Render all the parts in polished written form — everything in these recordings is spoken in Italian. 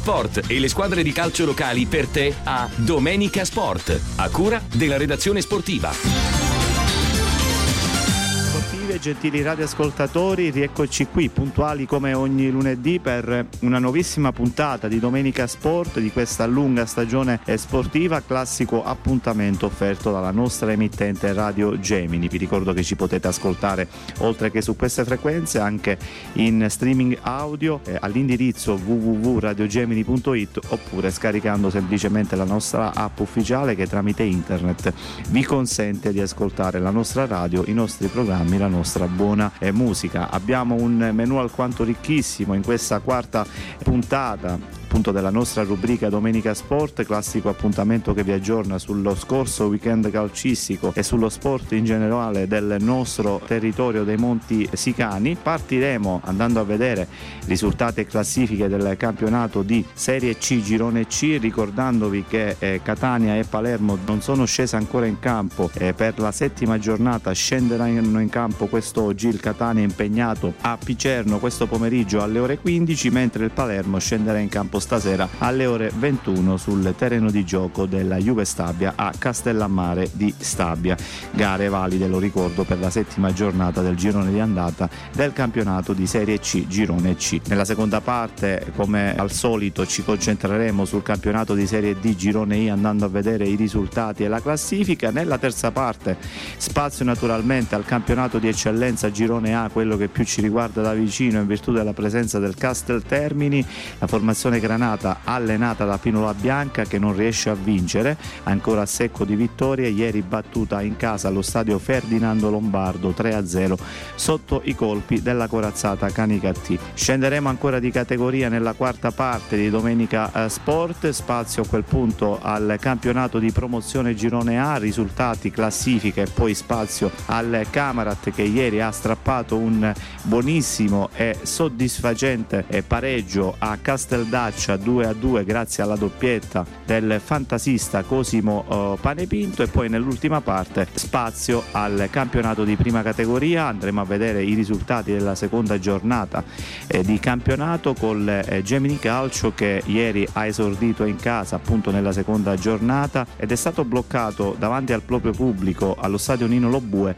sport e le squadre di calcio locali per te a Domenica Sport, a cura della redazione sportiva. Gentili radioascoltatori, rieccoci qui puntuali come ogni lunedì per una nuovissima puntata di Domenica Sport di questa lunga stagione sportiva, classico appuntamento offerto dalla nostra emittente Radio Gemini. Vi ricordo che ci potete ascoltare oltre che su queste frequenze anche in streaming audio all'indirizzo www.radiogemini.it oppure scaricando semplicemente la nostra app ufficiale che tramite internet vi consente di ascoltare la nostra radio, i nostri programmi, la nostra buona musica. Abbiamo un menù alquanto ricchissimo in questa quarta puntata appunto della nostra rubrica Domenica Sport, classico appuntamento che vi aggiorna sullo scorso weekend calcistico e sullo sport in generale del nostro territorio dei Monti Sicani. Partiremo andando a vedere risultati e classifiche del campionato di Serie C Girone C, ricordandovi che Catania e Palermo non sono scese ancora in campo per la settima giornata. Scenderanno in campo quest'oggi. Il Catania è impegnato a Picerno questo pomeriggio alle ore 15, mentre il Palermo scenderà in campo stasera alle ore 21 sul terreno di gioco della Juve Stabia a Castellammare di Stabia. Gare valide, lo ricordo, per la settima giornata del girone di andata del campionato di Serie C Girone C. Nella seconda parte, come al solito, ci concentreremo sul campionato di Serie D Girone I andando a vedere i risultati e la classifica. Nella terza parte spazio naturalmente al campionato di eccellenza Girone A, quello che più ci riguarda da vicino in virtù della presenza del Casteltermini, la formazione granata allenata da Pinola Bianca che non riesce a vincere, ancora a secco di vittorie, ieri battuta in casa allo stadio Ferdinando Lombardo 3-0 sotto i colpi della corazzata Canicattì. Scenderemo ancora di categoria nella quarta parte di Domenica Sport, spazio a quel punto al campionato di promozione Girone A, risultati, classifiche e poi spazio al Camarat che ieri ha strappato un buonissimo e soddisfacente pareggio a Casteldaccia 2-2 grazie alla doppietta del fantasista Cosimo Panepinto. E poi nell'ultima parte spazio al campionato di prima categoria. Andremo a vedere i risultati della seconda giornata di campionato col Gemini Calcio che ieri ha esordito in casa appunto nella seconda giornata ed è stato bloccato davanti al proprio pubblico allo stadio Nino Lobue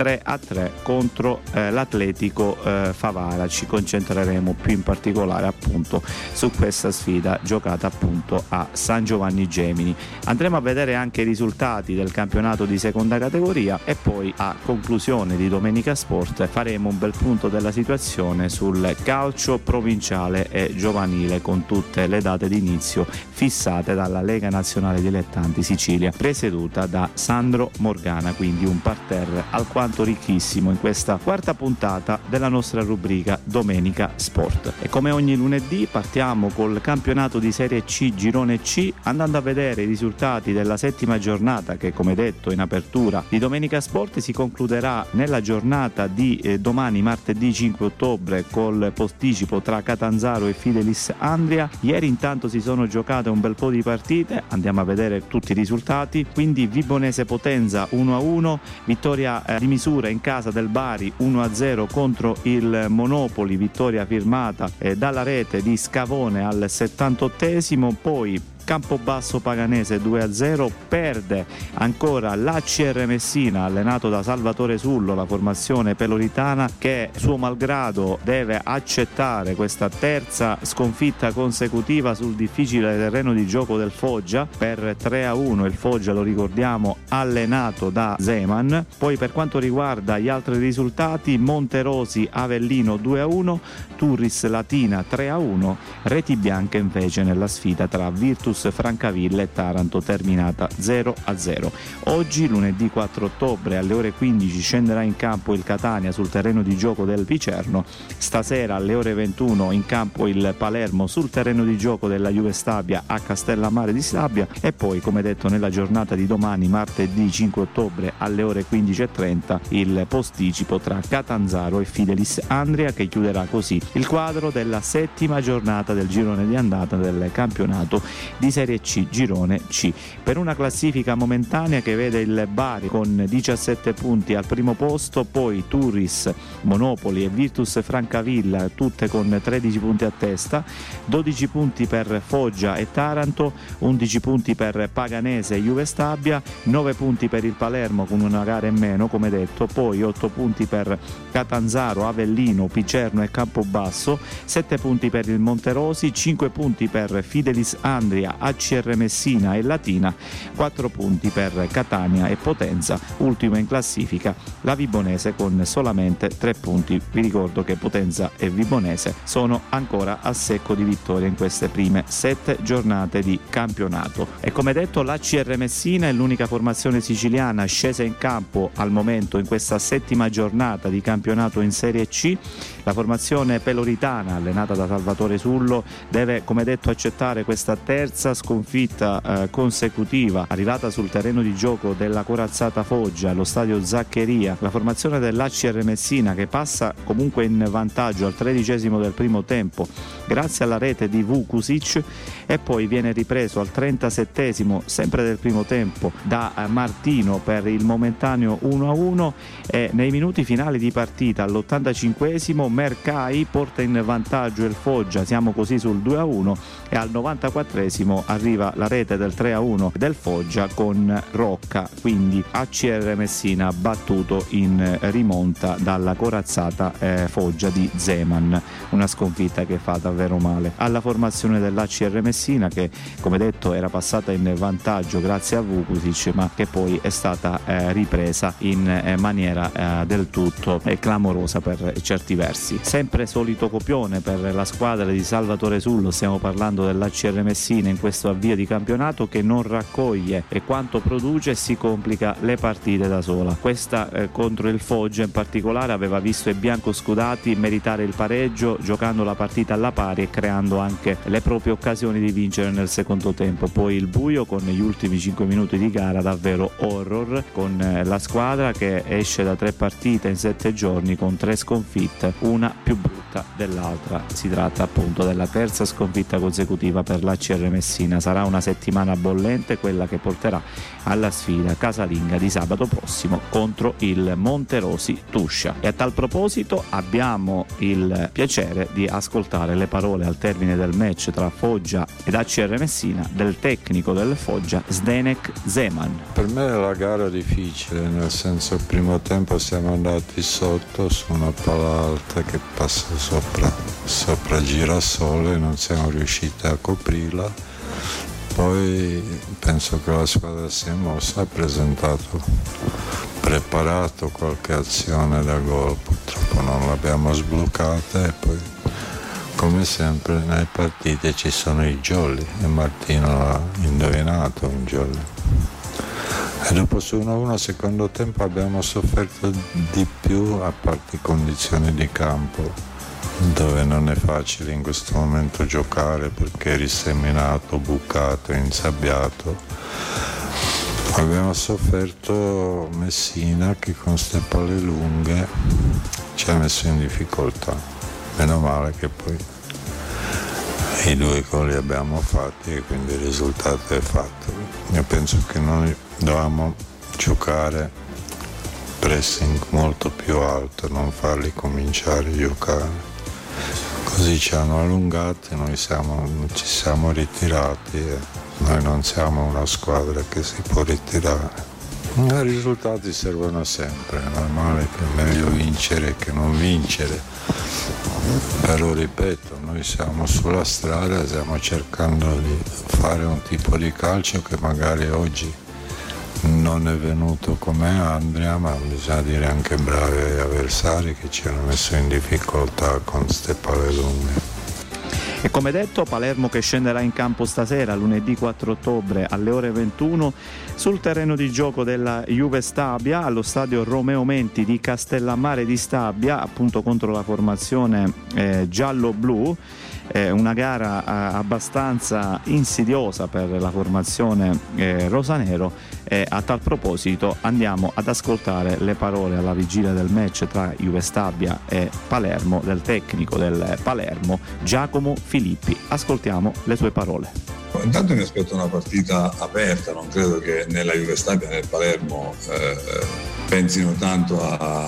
3-3 contro l'Atletico Favara. Ci concentreremo più in particolare appunto su questa sfida giocata appunto a San Giovanni Gemini. Andremo a vedere anche i risultati del campionato di seconda categoria e poi a conclusione di Domenica Sport faremo un bel punto della situazione sul calcio provinciale e giovanile con tutte le date di inizio fissate dalla Lega Nazionale Dilettanti Sicilia presieduta da Sandro Morgana, quindi un parterre alquanto ricchissimo in questa quarta puntata della nostra rubrica Domenica Sport. E come ogni lunedì partiamo col campionato di Serie C Girone C andando a vedere i risultati della settima giornata che, come detto in apertura di Domenica Sport, si concluderà nella giornata di domani martedì 5 ottobre col posticipo tra Catanzaro e Fidelis Andria. Ieri intanto si sono giocate un bel po' di partite, andiamo a vedere tutti i risultati. Quindi Vibonese Potenza 1-1, vittoria di misura in casa del Bari 1-0 contro il Monopoli, vittoria firmata dalla rete di Scavone al 78esimo. Poi Campobasso Paganese 2-0, perde ancora l'ACR Messina allenato da Salvatore Sullo, la formazione peloritana che suo malgrado deve accettare questa terza sconfitta consecutiva sul difficile terreno di gioco del Foggia per 3-1. Il Foggia, lo ricordiamo, allenato da Zeman. Poi per quanto riguarda gli altri risultati, Monterosi Avellino 2-1, Turris Latina 3-1, reti bianche invece nella sfida tra Virtus Francavilla e Taranto terminata 0-0. Oggi lunedì 4 ottobre alle ore 15 scenderà in campo il Catania sul terreno di gioco del Picerno. Stasera alle ore 21 in campo il Palermo sul terreno di gioco della Juve Stabia a Castellammare di Stabia. E poi, come detto, nella giornata di domani martedì 5 ottobre alle ore 15:30 il posticipo tra Catanzaro e Fidelis Andria che chiuderà così il quadro della settima giornata del girone di andata del campionato di Serie C, girone C, per una classifica momentanea che vede il Bari con 17 punti al primo posto, poi Turris, Monopoli e Virtus Francavilla tutte con 13 punti a testa, 12 punti per Foggia e Taranto, 11 punti per Paganese e Juve Stabia, 9 punti per il Palermo con una gara in meno come detto, poi 8 punti per Catanzaro, Avellino, Picerno e Campobasso, 7 punti per il Monterosi, 5 punti per Fidelis Andria, ACR Messina e Latina, 4 punti per Catania e Potenza, ultimo in classifica la Vibonese con solamente 3 punti. Vi ricordo che Potenza e Vibonese sono ancora a secco di vittoria in queste prime 7 giornate di campionato. E come detto l'ACR Messina è l'unica formazione siciliana scesa in campo al momento in questa 7ª giornata di campionato in Serie C. La formazione peloritana allenata da Salvatore Sullo deve come detto accettare questa terza sconfitta consecutiva arrivata sul terreno di gioco della corazzata Foggia allo stadio Zaccheria. La formazione dell'ACR Messina che passa comunque in vantaggio al 13° del primo tempo grazie alla rete di Vukusic e poi viene ripreso al 37° sempre del primo tempo da Martino per il momentaneo 1-1 e nei minuti finali di partita all'85° Mercai porta in vantaggio il Foggia, siamo così sul 2-1 e al 94° arriva la rete del 3-1 del Foggia con Rocca, quindi ACR Messina battuto in rimonta dalla corazzata Foggia di Zeman, una sconfitta che fa davvero male alla formazione dell'ACR Messina che come detto era passata in vantaggio grazie a Vukusic ma che poi è stata ripresa in maniera del tutto clamorosa per certi versi. Sempre solito copione per la squadra di Salvatore Sullo, stiamo parlando dell'ACR Messina in questo avvio di campionato che non raccoglie e quanto produce si complica le partite da sola. Questa contro il Foggia in particolare aveva visto i biancoscudati meritare il pareggio giocando la partita alla pari e creando anche le proprie occasioni di vincere nel secondo tempo. Poi il buio con gli ultimi 5 minuti di gara davvero horror, con la squadra che esce da 3 partite in 7 giorni con 3 sconfitte, una più brutta dell'altra. Si tratta appunto della terza sconfitta consecutiva per l'ACR Messina. Sarà una settimana bollente quella che porterà alla sfida casalinga di sabato prossimo contro il Monterosi Tuscia. E a tal proposito abbiamo il piacere di ascoltare le parole al termine del match tra Foggia ed ACR Messina del tecnico del Foggia Zdenek Zeman. Per me è la gara difficile, nel senso il primo tempo siamo andati sotto su una palla alta che passa sopra Girasole e non siamo riusciti a coprirla. Poi penso che la squadra si è mossa, ha preparato qualche azione da gol, purtroppo non l'abbiamo sbloccata e poi come sempre nelle partite ci sono i jolly e Martino l'ha indovinato un jolly. E dopo su 1-1 secondo tempo abbiamo sofferto di più a parte condizioni di campo dove non è facile in questo momento giocare perché è riseminato, bucato, insabbiato. Abbiamo sofferto Messina che con ste palle lunghe ci ha messo in difficoltà. Meno male che poi i 2 gol li abbiamo fatti e quindi il risultato è fatto. Io penso che noi dovevamo giocare pressing molto più alto, non farli cominciare a giocare. Così ci hanno allungati, noi ci siamo ritirati e noi non siamo una squadra che si può ritirare. I risultati servono sempre, è normale che è meglio vincere che non vincere. Però ripeto, noi siamo sulla strada, stiamo cercando di fare un tipo di calcio che magari oggi non è venuto come Andria, ma bisogna dire anche bravi agli avversari che ci hanno messo in difficoltà con ste palle lunghe. E come detto Palermo che scenderà in campo stasera lunedì 4 ottobre alle ore 21 sul terreno di gioco della Juve Stabia allo stadio Romeo Menti di Castellammare di Stabia, appunto contro la formazione giallo-blu. Una gara abbastanza insidiosa per la formazione rosanero e a tal proposito andiamo ad ascoltare le parole alla vigilia del match tra Juve Stabia e Palermo del tecnico del Palermo Giacomo Filippi. Ascoltiamo le sue parole. Intanto mi aspetto una partita aperta, non credo che nella Juve Stabia né nel Palermo pensino tanto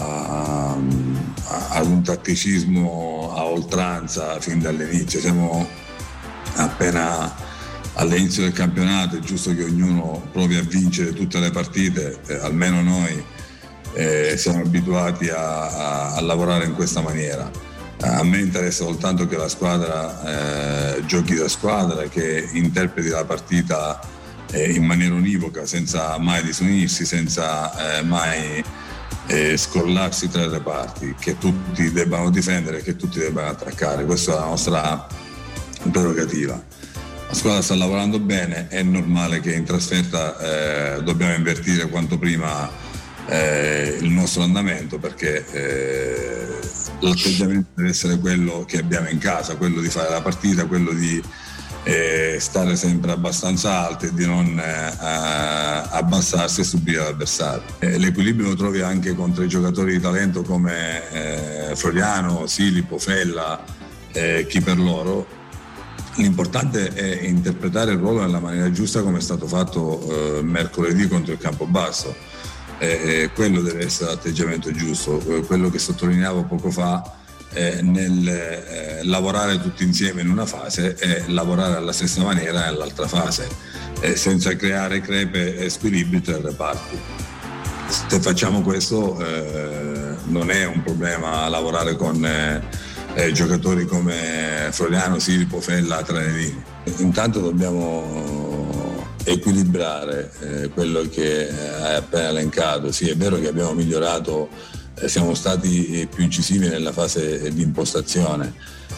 ad un tatticismo a oltranza fin dall'inizio. Siamo appena all'inizio del campionato, è giusto che ognuno provi a vincere tutte le partite, almeno noi siamo abituati a lavorare in questa maniera. A me interessa soltanto che la squadra giochi da squadra, che interpreti la partita in maniera univoca, senza mai disunirsi, senza mai scollarsi tra le parti, che tutti debbano difendere e che tutti debbano attaccare. Questa è la nostra prerogativa. La squadra sta lavorando bene, è normale che in trasferta dobbiamo invertire quanto prima il nostro andamento, perché l'atteggiamento deve essere quello che abbiamo in casa, quello di fare la partita, quello di stare sempre abbastanza alti e di non abbassarsi e subire l'avversario. L'equilibrio lo trovi anche contro i giocatori di talento come Floriano, Silipo, Fella, chi per loro. L'importante è interpretare il ruolo nella maniera giusta, come è stato fatto mercoledì contro il Campobasso. Quello deve essere l'atteggiamento giusto, quello che sottolineavo poco fa nel lavorare tutti insieme in una fase e lavorare alla stessa maniera nell'altra fase, senza creare crepe e squilibri tra i reparti. Se facciamo questo non è un problema lavorare con giocatori come Floriano, Silipo, Fella, Tranedini. Intanto dobbiamo equilibrare quello che hai appena elencato. Sì, è vero che abbiamo migliorato, siamo stati più incisivi nella fase di impostazione,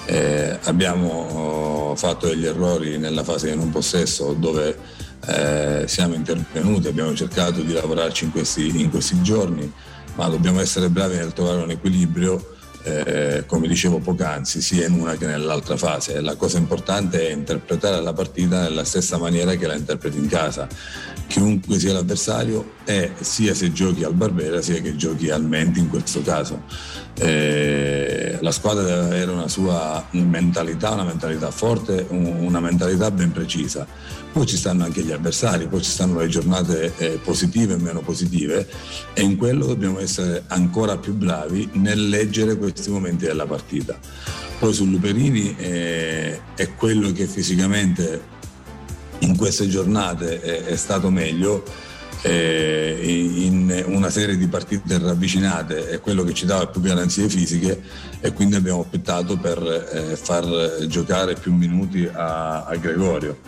abbiamo fatto degli errori nella fase di non possesso, dove siamo intervenuti, abbiamo cercato di lavorarci in questi giorni, ma dobbiamo essere bravi nel trovare un equilibrio, come dicevo poc'anzi, sia in una che nell'altra fase. La cosa importante è interpretare la partita nella stessa maniera che la interpreti in casa, chiunque sia l'avversario, sia se giochi al Barbera sia che giochi al Menti in questo caso. La squadra deve avere una sua mentalità, una mentalità forte, una mentalità ben precisa. Poi ci stanno anche gli avversari, poi ci stanno le giornate positive e meno positive, e in quello dobbiamo essere ancora più bravi nel leggere questi momenti della partita. Poi su Luperini è quello che fisicamente in queste giornate è stato meglio, in una serie di partite ravvicinate è quello che ci dava più garanzie fisiche, e quindi abbiamo optato per far giocare più minuti a Gregorio.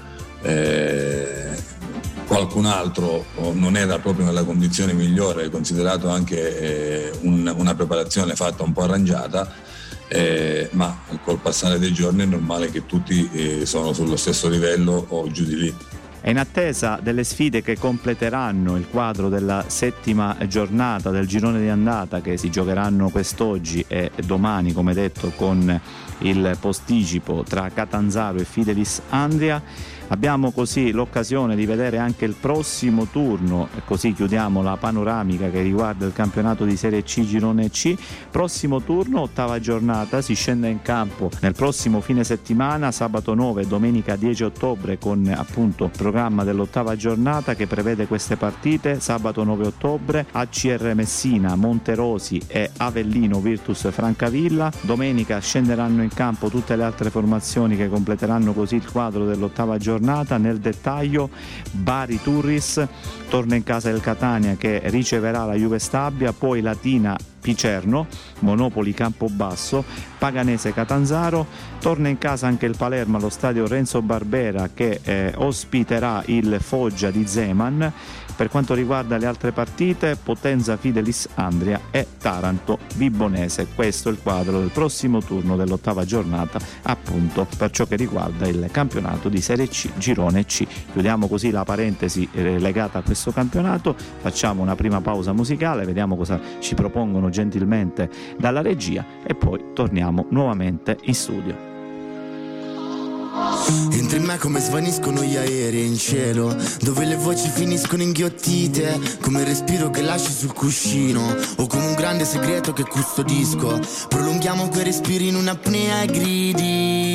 Qualcun altro non era proprio nella condizione migliore, considerato anche una preparazione fatta un po' arrangiata, ma col passare dei giorni è normale che tutti sono sullo stesso livello o giù di lì. È in attesa delle sfide che completeranno il quadro della settima giornata del girone di andata, che si giocheranno quest'oggi e domani, come detto, con il posticipo tra Catanzaro e Fidelis Andria. Abbiamo così l'occasione di vedere anche il prossimo turno, e così chiudiamo la panoramica che riguarda il campionato di Serie C Girone C. Prossimo turno, ottava giornata, si scende in campo nel prossimo fine settimana, sabato 9 e domenica 10 ottobre, con appunto il programma dell'ottava giornata che prevede queste partite. Sabato 9 ottobre ACR Messina, Monterosi e Avellino Virtus Francavilla. Domenica scenderanno in campo tutte le altre formazioni che completeranno così il quadro dell'ottava giornata. Nel dettaglio, Bari Turris torna in casa del Catania, che riceverà la Juve Stabia, poi Latina Picerno, Monopoli Campobasso, Paganese Catanzaro. Torna in casa anche il Palermo allo stadio Renzo Barbera, che ospiterà il Foggia di Zeman. Per quanto riguarda le altre partite, Potenza Fidelis Andria e Taranto Vibonese. Questo è il quadro del prossimo turno dell'ottava giornata, appunto per ciò che riguarda il campionato di Serie C Girone C. Chiudiamo così la parentesi legata a questo campionato, facciamo una prima pausa musicale, vediamo cosa ci propongono gentilmente dalla regia e poi torniamo nuovamente in studio. Entro in me come svaniscono gli aerei in cielo, dove le voci finiscono inghiottite, come il respiro che lasci sul cuscino, o come un grande segreto che custodisco. Prolunghiamo quei respiri in un'apnea e gridi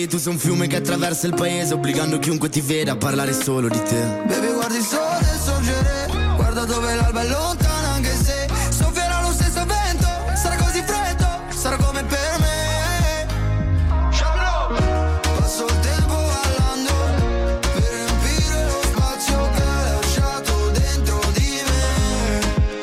te. Tu sei un fiume che attraversa il paese, obbligando chiunque ti veda a parlare solo di te. Baby, guardi il sole sorgere, guarda dove l'alba è lontana, anche se soffierà lo stesso vento. Sarà così freddo, sarà come per me. Passo il tempo ballando per riempire lo spazio che hai lasciato dentro di me.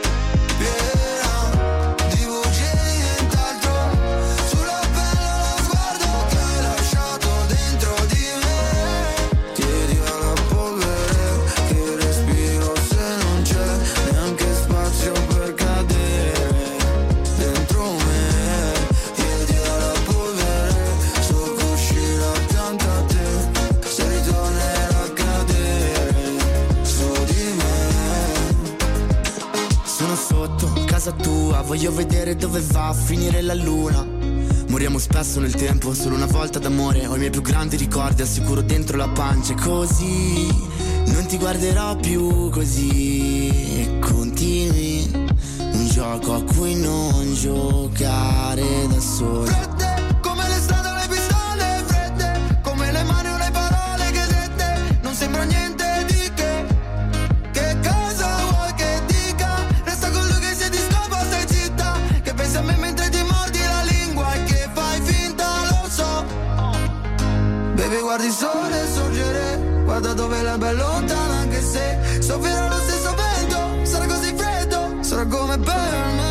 Piena di voci e nient'altro, sulla pelle lo sguardo che hai lasciato dentro di me. Chiedi alla polvere che respiro se non c'è neanche spazio per cadere dentro me. Chiedi alla polvere so che uscirà accanto a te, se ritornerà a cadere su di me. Sono sotto casa tua, voglio vedere dove va a finire la luna. Moriamo spesso nel tempo, solo una volta d'amore. Ho i miei più grandi ricordi al sicuro dentro la pancia. E così non ti guarderò più così. E continui un gioco a cui non giocare da solo. Fredde come le strade o le pistole, fredde come le mani o le parole che dette. Non sembra niente di che. Che cosa vuoi che dica? Resta con lui che si discopa, stai zitta. Che pensi a me mentre ti mordi la lingua e che fai finta, lo so. Baby, guardi il sole sorgere, guarda dove l'alba è lontana, anche se soffierà lo stesso vento. Sarà così freddo, sarà come per me.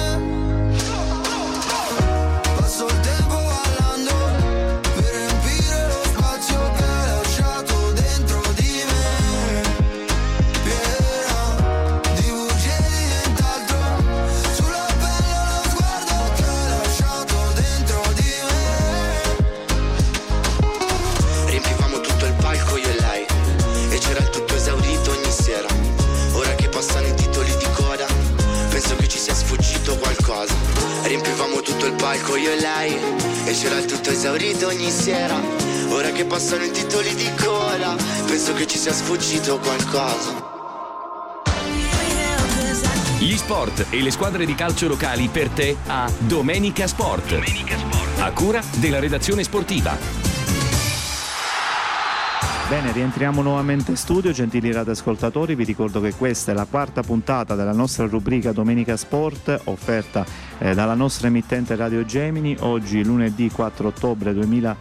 Passo il tempo ballando per riempire lo spazio che hai lasciato dentro di me. Piena di voci e di nient'altro, sulla pelle lo sguardo che hai lasciato dentro di me. Riempivamo tutto il palco io e lei, e c'era il tutto esaurito ogni sera. Ora che passano i titoli di coda, penso che ci sia sfuggito qualcosa. Riempivamo tutto il palco io e lei, e c'era il tutto esaurito ogni sera. Ora che passano i titoli di coda, penso che ci sia sfuggito qualcosa. Gli sport e le squadre di calcio locali per te a Domenica Sport. A cura della redazione sportiva. Bene, rientriamo nuovamente in studio, gentili radioascoltatori. Vi ricordo che questa è la quarta puntata della nostra rubrica Domenica Sport, offerta dalla nostra emittente Radio Gemini. Oggi lunedì 4 ottobre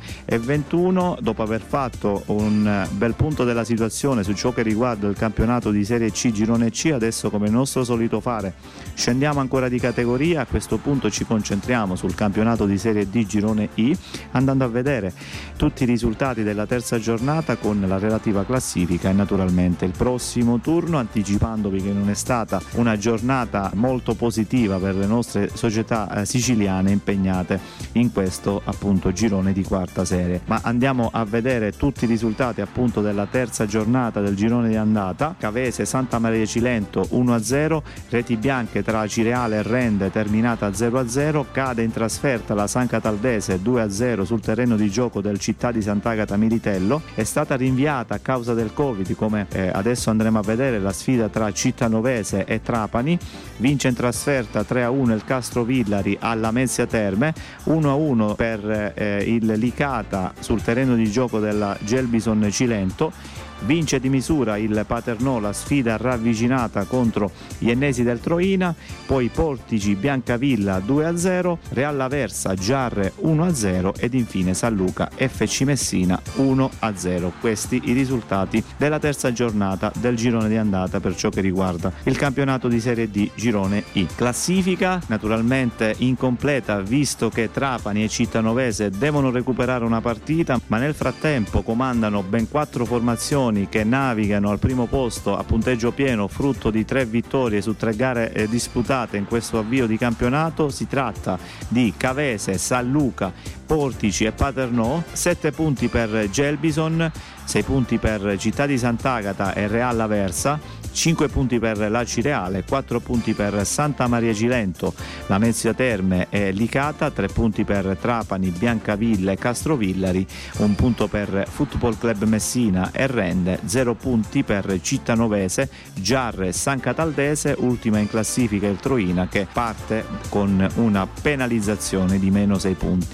2021, dopo aver fatto un bel punto della situazione su ciò che riguarda il campionato di Serie C Girone C, adesso, come il nostro solito fare, scendiamo ancora di categoria. A questo punto ci concentriamo sul campionato di Serie D Girone I, andando a vedere tutti i risultati della terza giornata con la relativa classifica e naturalmente il prossimo turno, anticipandovi che non è stata una giornata molto positiva per le nostre società siciliane impegnate in questo appunto girone di quarta serie. Ma andiamo a vedere tutti i risultati appunto della terza giornata del girone di andata. Cavese Santa Maria Cilento 1-0, reti bianche tra Cireale e Rende terminata 0-0, cade in trasferta la San Cataldese 2-0 sul terreno di gioco del Città di Sant'Agata Militello. È stata rinviata a causa del Covid, come adesso andremo a vedere, la sfida tra Cittanovese e Trapani. Vince in trasferta 3-1 il Castrovillari alla Mezzia Terme, 1-1 per il Licata sul terreno di gioco della Gelbison Cilento. Vince di misura il Paternò la sfida ravvicinata contro gli ennesi del Troina, poi Portici Biancavilla 2-0, Real Aversa Giarre 1-0 ed infine San Luca FC Messina 1-0. Questi i risultati della terza giornata del girone di andata per ciò che riguarda il campionato di Serie D Girone I. Classifica naturalmente incompleta, visto che Trapani e Cittanovese devono recuperare una partita, ma nel frattempo comandano ben 4 formazioni che navigano al primo posto a punteggio pieno, frutto di 3 vittorie su 3 gare disputate in questo avvio di campionato. Si tratta di Cavese, San Luca, Portici e Paternò. 7 punti per Gelbison, 6 punti per Città di Sant'Agata e Real Aversa, 5 punti per la Cireale, 4 punti per Santa Maria Cilento, la Mezzia Terme e Licata, 3 punti per Trapani, Biancavilla e Castrovillari, 1 punto per Football Club Messina e Rende, 0 punti per Cittanovese, Giarre e San Cataldese. Ultima in classifica il Troina, che parte con una penalizzazione di meno 6 punti in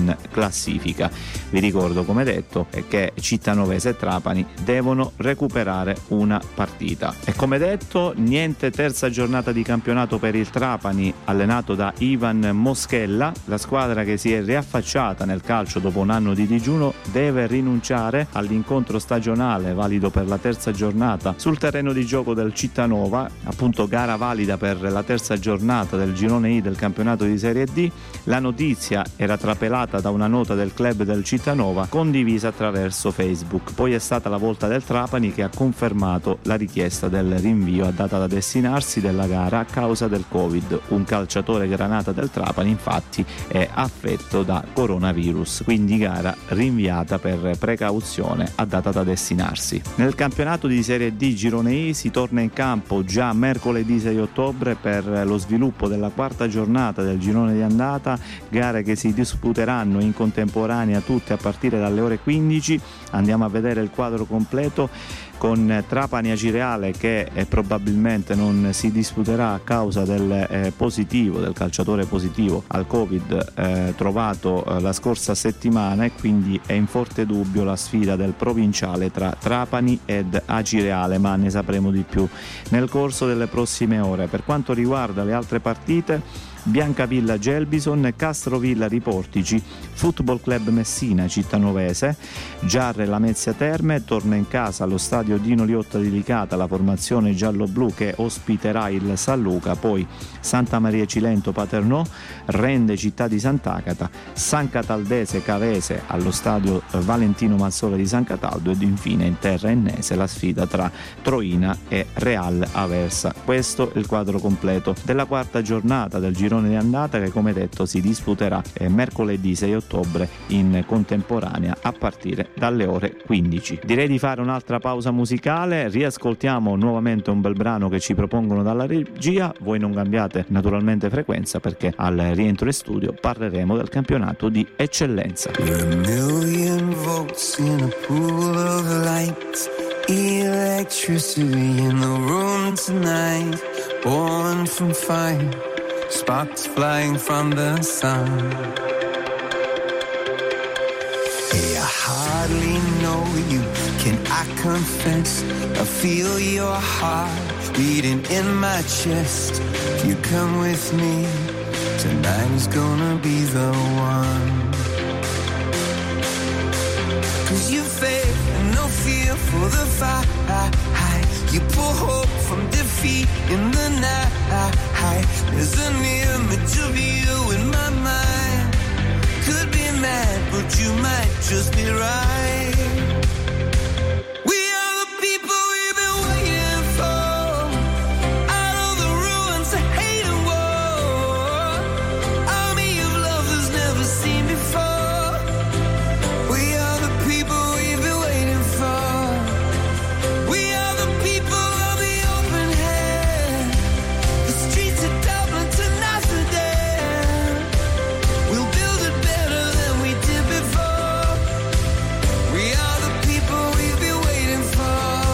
in classifica. Vi ricordo, come detto, che Cittanovese e Trapani devono recuperare una partita. E come detto, niente terza giornata di campionato per il Trapani, allenato da Ivan Moschella. La squadra che si è riaffacciata nel calcio dopo un anno di digiuno deve rinunciare all'incontro stagionale valido per la terza giornata sul terreno di gioco del Cittanova, appunto gara valida per la terza giornata del girone I del campionato di Serie D. La notizia era trapelata da una nota del club del Cittanova condivisa attraverso Facebook. Poi è stata la volta del Trapani che ha confermato la richiesta del rinvio a data da destinarsi della gara a causa del Covid. Un calciatore granata del Trapani infatti è affetto da coronavirus, quindi gara rinviata per precauzione a data da destinarsi. Nel campionato di Serie D girone I si torna in campo già mercoledì 6 ottobre per lo sviluppo della quarta giornata del girone di andata, gare che si disputeranno in contemporanea tutte a partire dalle ore 15. Andiamo a vedere il quadro completo con Trapani Acireale che probabilmente non si disputerà a causa del calciatore positivo al Covid trovato la scorsa settimana, e quindi è in forte dubbio la sfida del provinciale tra Trapani ed Acireale, ma ne sapremo di più nel corso delle prossime ore. Per quanto riguarda le altre partite, Biancavilla Gelbison, Castrovilla Riportici, Football Club Messina Cittanovese, Giarre Lamezia Terme. Torna in casa allo stadio Dino Liotta di Licata la formazione giallo-blu che ospiterà il San Luca, poi Santa Maria Cilento Paternò, Rende Città di Sant'Agata, San Cataldese Cavese allo stadio Valentino Mazzola di San Cataldo, ed infine in terra ennese la sfida tra Troina e Real Aversa. Questo è il quadro completo della quarta giornata del girone di andata che, come detto, si disputerà mercoledì 6 ottobre in contemporanea a partire dalle ore 15. Direi di fare un'altra pausa musicale, riascoltiamo nuovamente un bel brano che ci propongono dalla regia. Voi non cambiate naturalmente frequenza, perché al rientro in studio parleremo del campionato di eccellenza. Sparks flying from the sun. Hey, I hardly know you, can I confess? I feel your heart beating in my chest. If you come with me, tonight is gonna be the one. 'Cause you faith and no fear for the fight. You pull hope from defeat in the night. There's an image of you in my mind. Could be mad, but you might just be right. We are the people we've been waiting for. Out of the ruins of hate and war. Army of love that's never seen before. We are the people we've been waiting for. We are the people of the open hand. The streets of Dublin to Amsterdam. We'll build it better than we did before. We are the people we've been waiting for.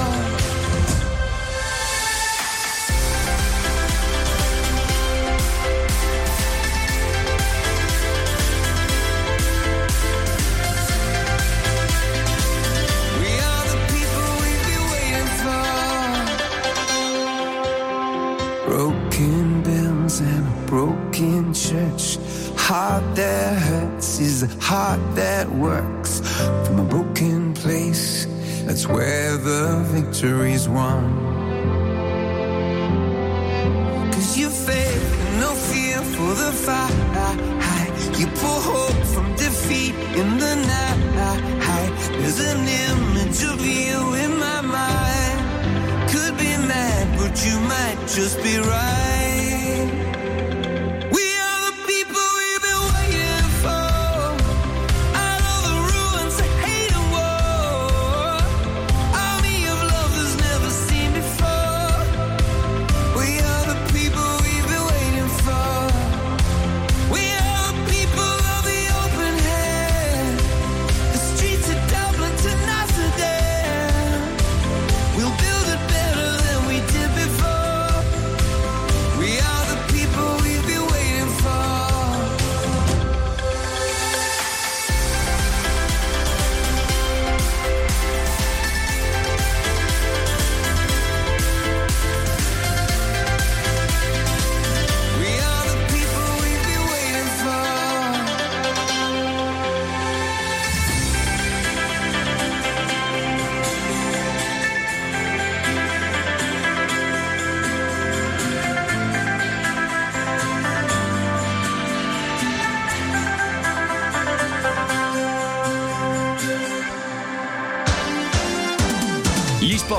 We are the people we've been waiting for. Broken bells and a broken church. Heart that hurts is a heart that works. From a broken place, that's where the victory's won. 'Cause you faith and no fear for the fight. You pull hope from defeat in the night. There's an image of you in my mind. Could be mad, but you might just be right. We are the people we've been waiting for. Out of the ruins of hate and war. Army of love that's never seen before. We are the people we've been waiting for. We are the people of the open hand. The streets of Dublin to Amsterdam. We'll build it better than we did before.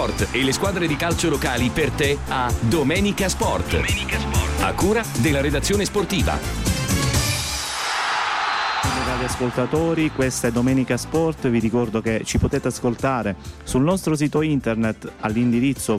Sport e le squadre di calcio locali per te a Domenica Sport. A cura della redazione sportiva. Ascoltatori, questa è Domenica Sport. Vi ricordo che ci potete ascoltare sul nostro sito internet all'indirizzo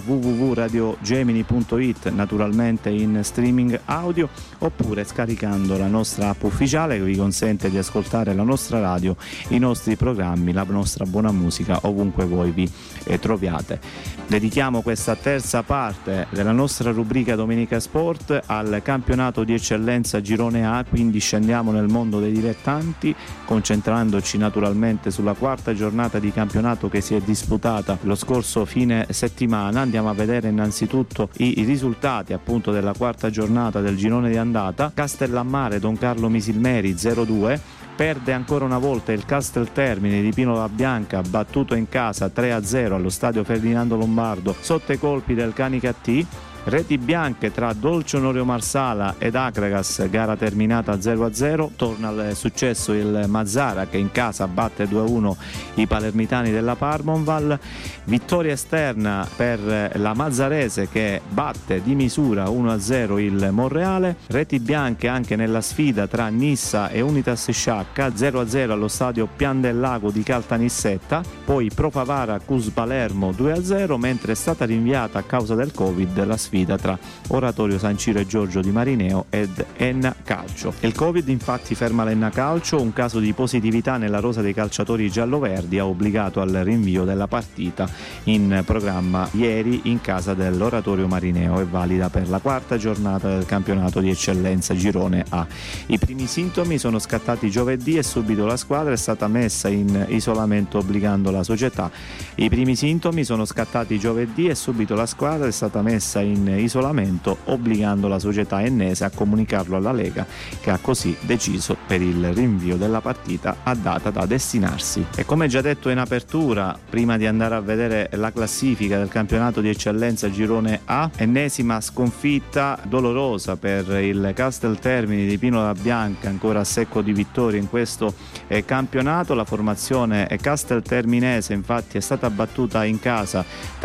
www.radiogemini.it, naturalmente in streaming audio, oppure scaricando la nostra app ufficiale che vi consente di ascoltare la nostra radio, i nostri programmi, la nostra buona musica ovunque voi vi troviate. Dedichiamo questa terza parte della nostra rubrica Domenica Sport al campionato di eccellenza Girone A, quindi scendiamo nel mondo dei dilettanti, concentrandoci naturalmente sulla quarta giornata di campionato che si è disputata lo scorso fine settimana. Andiamo a vedere innanzitutto i risultati appunto della quarta giornata del girone di andata. Castellammare Don Carlo Misilmeri 0-2. Perde ancora una volta il Casteltermine di Pino La Bianca, battuto in casa 3-0 allo stadio Ferdinando Lombardo sotto i colpi del Canicattì. Reti bianche tra Dolce Onorio Marsala ed Akragas, gara terminata 0-0. Torna al successo il Mazzara che in casa batte 2-1 i palermitani della Parmonval. Vittoria esterna per la Mazzarese che batte di misura 1-0 il Monreale. Reti bianche anche nella sfida tra Nissa e Unitas Sciacca, 0-0 allo stadio Pian del Lago di Caltanissetta. Poi Pro Favara Cus Palermo 2-0, mentre è stata rinviata a causa del Covid la sfida tra Oratorio San Ciro e Giorgio di Marineo ed Enna Calcio. Il Covid infatti ferma l'Enna Calcio, un caso di positività nella rosa dei calciatori gialloverdi ha obbligato al rinvio della partita in programma ieri in casa dell'Oratorio Marineo, è valida per la quarta giornata del campionato di eccellenza Girone A. I primi sintomi sono scattati giovedì e subito la squadra è stata messa in isolamento obbligando la società. I primi sintomi sono scattati giovedì e subito la squadra è stata messa in isolamento obbligando la società ennese a comunicarlo alla Lega, che ha così deciso per il rinvio della partita a data da destinarsi. E come già detto in apertura, prima di andare a vedere la classifica del campionato di eccellenza Girone A, ennesima sconfitta dolorosa per il Casteltermini di Pino La Bianca, ancora a secco di vittorie in questo campionato. La formazione castelterminese infatti è stata battuta in casa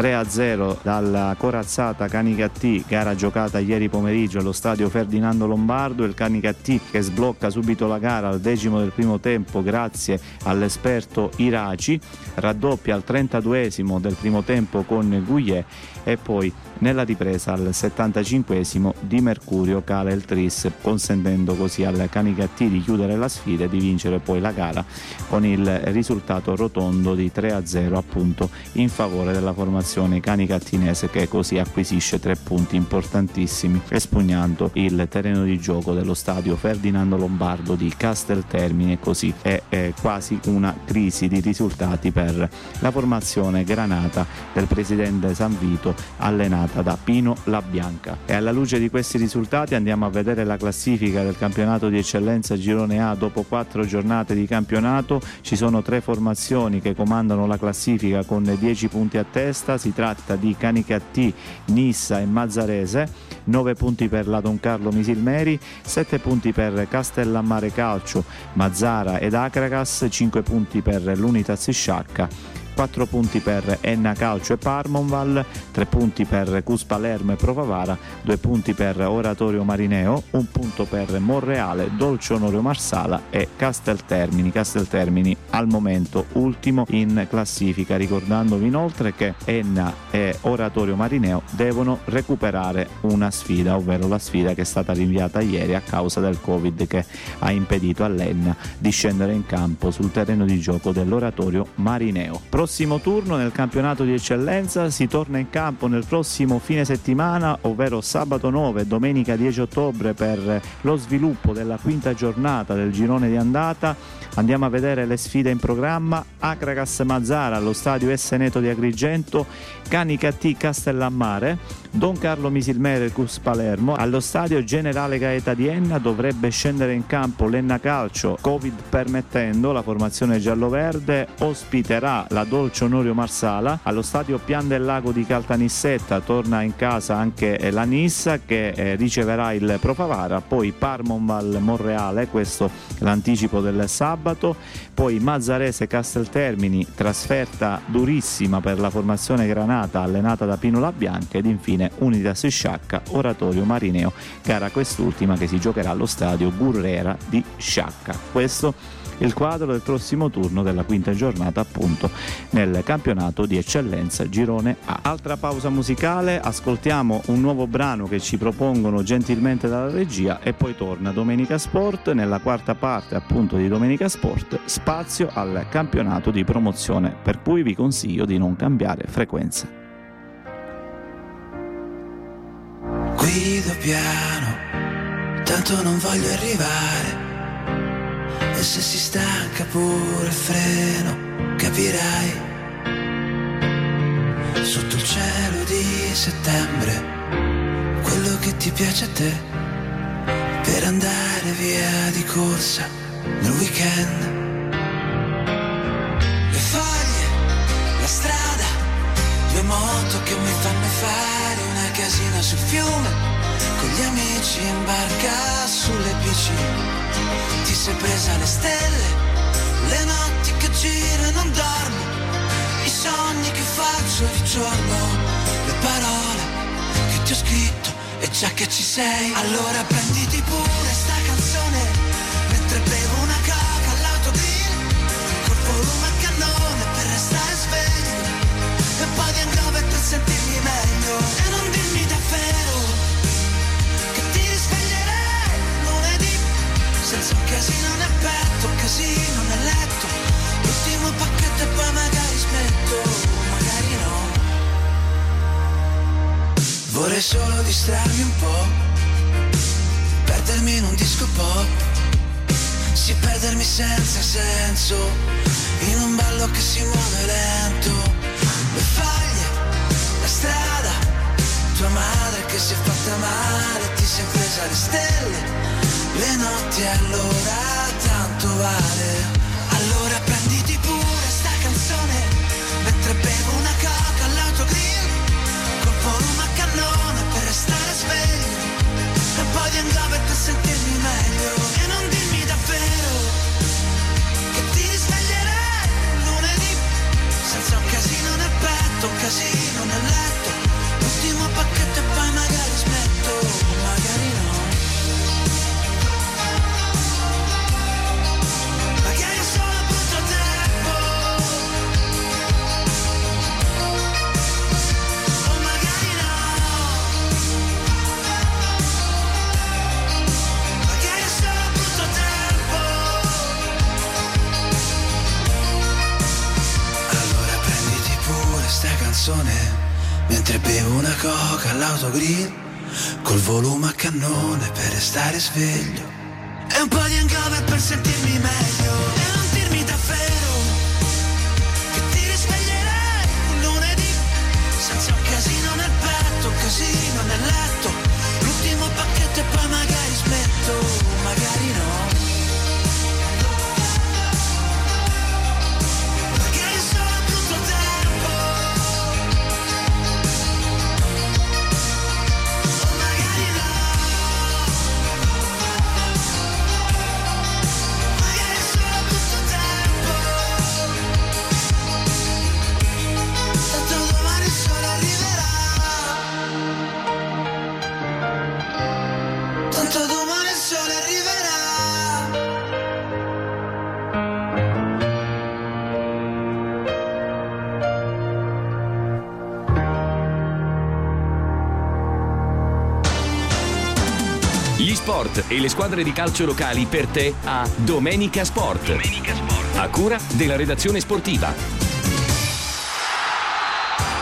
3-0 dalla corazzata Canicattì, gara giocata ieri pomeriggio allo stadio Ferdinando Lombardo. Il Canicattì che sblocca subito la gara al 10° del primo tempo grazie all'esperto Iraci, raddoppia al 32° del primo tempo con Gouillet e poi nella ripresa al 75° Di Mercurio cala il tris, consentendo così al Canicattì di chiudere la sfida e di vincere poi la gara con il risultato rotondo di 3-0 appunto in favore della formazione canicattinese, che così acquisisce 3 punti importantissimi espugnando il terreno di gioco dello stadio Ferdinando Lombardo di Casteltermine. Così è quasi una crisi di risultati per la formazione granata del presidente San Vito allenata da Pino La Bianca. E alla luce di questi risultati andiamo a vedere la classifica del campionato di eccellenza Girone A. Dopo 4 giornate di campionato ci sono 3 formazioni che comandano la classifica con 10 punti a testa. Si tratta di Canicattì, Nissa e Mazzarese, 9 punti per la Don Carlo Misilmeri, 7 punti per Castellammare Calcio, Mazzara ed Akragas, 5 punti per l'Unitas Sciacca, 4 punti per Enna Calcio e Parmonval, 3 punti per Cus Palermo e Pro Favara, 2 punti per Oratorio Marineo, 1 punto per Monreale, Dolce Onorio Marsala e Casteltermini al momento ultimo in classifica, ricordandovi inoltre che Enna e Oratorio Marineo devono recuperare una sfida, ovvero la sfida che è stata rinviata ieri a causa del Covid che ha impedito all'Enna di scendere in campo sul terreno di gioco dell'Oratorio Marineo. Prossimo turno nel campionato di eccellenza, si torna in campo nel prossimo fine settimana, ovvero sabato 9 e domenica 10 ottobre per lo sviluppo della quinta giornata del girone di andata. Andiamo a vedere le sfide in programma: Akragas Mazzara allo stadio Esseneto di Agrigento, Canicattì Castellammare, Don Carlo Misilmere Cus Palermo. Allo stadio Generale Gaeta di Enna dovrebbe scendere in campo l'Enna Calcio, Covid permettendo. La formazione gialloverde ospiterà la Dolce Onorio Marsala. Allo stadio Pian del Lago di Caltanissetta torna in casa anche la Nissa che riceverà il Pro Favara, poi Parmonval Monreale, questo è l'anticipo del sabato, poi Mazzarese Casteltermini, trasferta durissima per la formazione granata allenata da Pino Labianca, ed infine Unitas Sciacca Oratorio Marineo, gara quest'ultima che si giocherà allo stadio Gurrera di Sciacca. Questo il quadro del prossimo turno della quinta giornata appunto nel campionato di eccellenza Girone A. Altra pausa musicale, ascoltiamo un nuovo brano che ci propongono gentilmente dalla regia e poi torna Domenica Sport. Nella quarta parte appunto di Domenica Sport, spazio al campionato di promozione, per cui vi consiglio di non cambiare frequenza. Guido piano, tanto non voglio arrivare. E se si stanca pure il freno, capirai. Sotto il cielo di settembre, quello che ti piace a te, per andare via di corsa nel weekend. Le foglie, la strada, due moto che mi fanno fare una casina sul fiume, con gli amici in barca sulle bici. Ti sei presa le stelle, le notti che giro e non dormo, i sogni che faccio di giorno, le parole che ti ho scritto e già che ci sei. Allora prenditi pure sta canzone, mentre bevo una coca all'autogrill, col volume a cannone per restare sveglio, e un po' di hangover per sentirmi meglio. E non dirmi davvero che ti risveglierai lunedì senza un casino nel petto, un casino nel letto, l'ultimo pacchetto e poi magari smetto, magari no. Vorrei solo distrarmi un po', perdermi in un disco pop, sì, perdermi senza senso, in un ballo che si muove lento. Le foglie, la strada, tua madre che si è fatta male, ti sei presa le stelle, le notti, allora tanto vale. Allora prenditi pure sta canzone, mentre bevo una coca all'autogrill, col volume a cannone per restare sveglio, e un po' di hangover per sentirmi meglio. E non dirmi davvero che ti risveglierai lunedì senza un casino nel petto, un casino nel letto, l'ultimo pacchetto e poi magari smetto, magari no. Mentre bevo una coca all'autogrill, col volume a cannone per restare sveglio, e un po' di hangover per sentirmi meglio. E non dirmi davvero che ti risveglierai lunedì senza un casino nel petto, un casino nel letto, l'ultimo pacchetto e poi magari smetto, magari no. Gli sport e le squadre di calcio locali per te a Domenica Sport. A cura della redazione sportiva.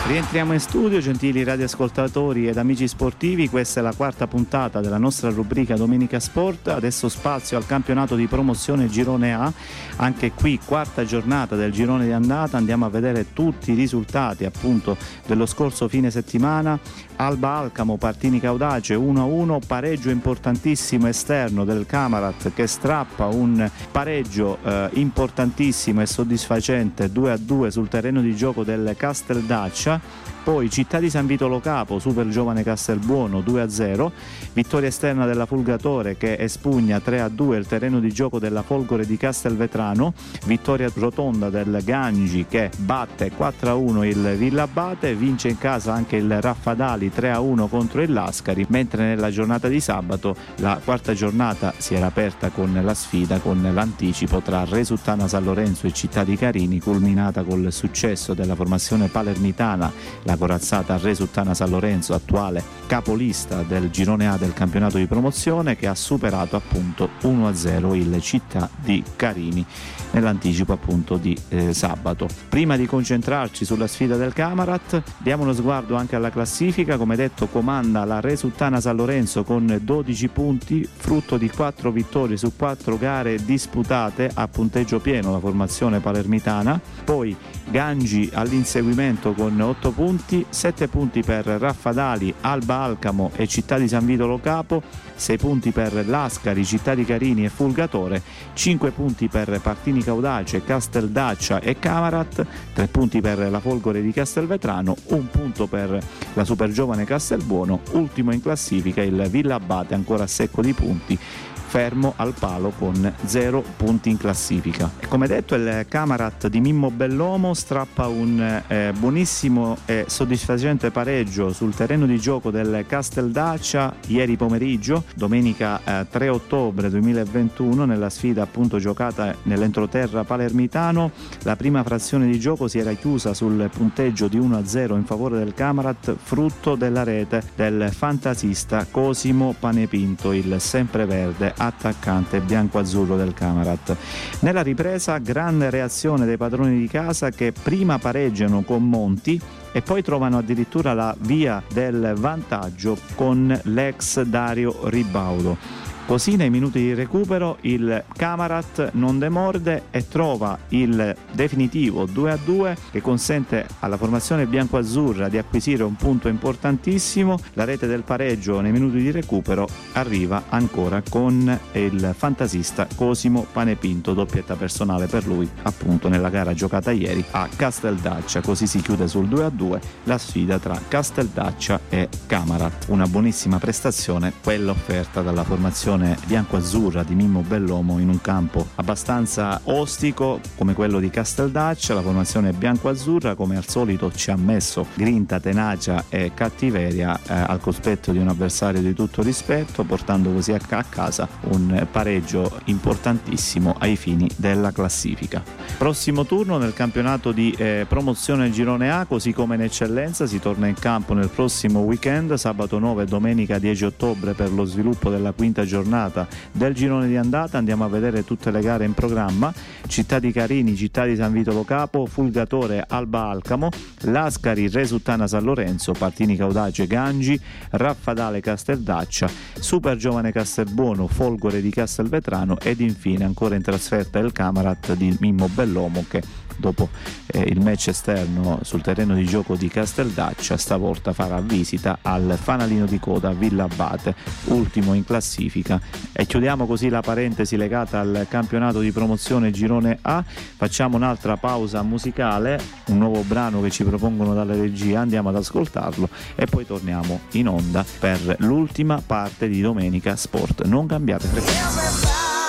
Rientriamo in studio, gentili radioascoltatori ed amici sportivi. Questa è la quarta puntata della nostra rubrica Domenica Sport. Adesso spazio al campionato di promozione Girone A. Anche qui quarta giornata del girone di andata. Andiamo a vedere tutti i risultati appunto dello scorso fine settimana. Alba Alcamo, Partini Caudace 1-1, pareggio importantissimo esterno del Camarat che strappa un pareggio importantissimo e soddisfacente 2-2 sul terreno di gioco del Casteldaccia. Poi Città di San Vito Lo Capo, Super Giovane Castelbuono 2-0, vittoria esterna della Fulgatore che espugna 3-2 il terreno di gioco della Folgore di Castelvetrano, vittoria rotonda del Gangi che batte 4-1 il Villabate, vince in casa anche il Raffadali 3-1 contro il Lascari, mentre nella giornata di sabato la quarta giornata si era aperta con la sfida, con l'anticipo tra Resuttana San Lorenzo e Città di Carini, culminata col successo della formazione palermitana, la corazzata Resuttana San Lorenzo, attuale capolista del girone A del campionato di promozione, che ha superato appunto 1-0 il Città di Carini nell'anticipo appunto di sabato. Prima di concentrarci sulla sfida del Camarat, diamo uno sguardo anche alla classifica. Come detto, comanda la Resuttana San Lorenzo con 12 punti, frutto di 4 vittorie su 4 gare disputate, a punteggio pieno la formazione palermitana. Poi Gangi all'inseguimento con 8 punti, 7 punti per Raffadali, Alba Alcamo e Città di San Vito Lo Capo, 6 punti per Lascari, Città di Carini e Fulgatore, 5 punti per Partini Caudace, Casteldaccia e Camarat, 3 punti per la Folgore di Castelvetrano, 1 punto per la Super Giovane Castelbuono, ultimo in classifica il Villabate ancora a secco di punti, fermo al palo con 0 punti in classifica. E come detto, il Camarat di Mimmo Bellomo strappa un buonissimo e soddisfacente pareggio sul terreno di gioco del Casteldaccia ieri pomeriggio, domenica 3 ottobre 2021, nella sfida appunto giocata nell'entroterra palermitano. La prima frazione di gioco si era chiusa sul punteggio di 1-0 in favore del Camarat, frutto della rete del fantasista Cosimo Panepinto, il sempreverde attaccante bianco-azzurro del Camarat. Nella ripresa, grande reazione dei padroni di casa che prima pareggiano con Monti e poi trovano addirittura la via del vantaggio con l'ex Dario Ribaudo. Così nei minuti di recupero il Camarat non demorde e trova il definitivo 2-2 che consente alla formazione bianco-azzurra di acquisire un punto importantissimo. La rete del pareggio nei minuti di recupero arriva ancora con il fantasista Cosimo Panepinto, doppietta personale per lui appunto nella gara giocata ieri a Casteldaccia. Così si chiude sul 2-2 la sfida tra Casteldaccia e Camarat. Una buonissima prestazione quella offerta dalla formazione bianco-azzurra di Mimmo Bellomo in un campo abbastanza ostico come quello di Casteldaccia. La formazione bianco-azzurra come al solito ci ha messo grinta, tenacia e cattiveria al cospetto di un avversario di tutto rispetto, portando così a casa un pareggio importantissimo ai fini della classifica. Prossimo turno nel campionato di promozione Girone A, così come in eccellenza, si torna in campo nel prossimo weekend, sabato 9 e domenica 10 ottobre per lo sviluppo della quinta giornata del girone di andata. Andiamo a vedere tutte le gare in programma: Città di Carini, Città di San Vito Lo Capo, Fulgatore, Alba Alcamo, Lascari, Resuttana San Lorenzo, Partini Caudace, Gangi, Raffadale, Casteldaccia, Super Giovane Castelbuono, Folgore di Castelvetrano ed infine ancora in trasferta il Camarat di Mimmo Bellomo che dopo il match esterno sul terreno di gioco di Casteldaccia stavolta farà visita al fanalino di coda Villabate, ultimo in classifica. E chiudiamo così la parentesi legata al campionato di promozione Girone A. Facciamo un'altra pausa musicale, un nuovo brano che ci propongono dalla regia, andiamo ad ascoltarlo e poi torniamo in onda per l'ultima parte di Domenica Sport. Non cambiate frequenza.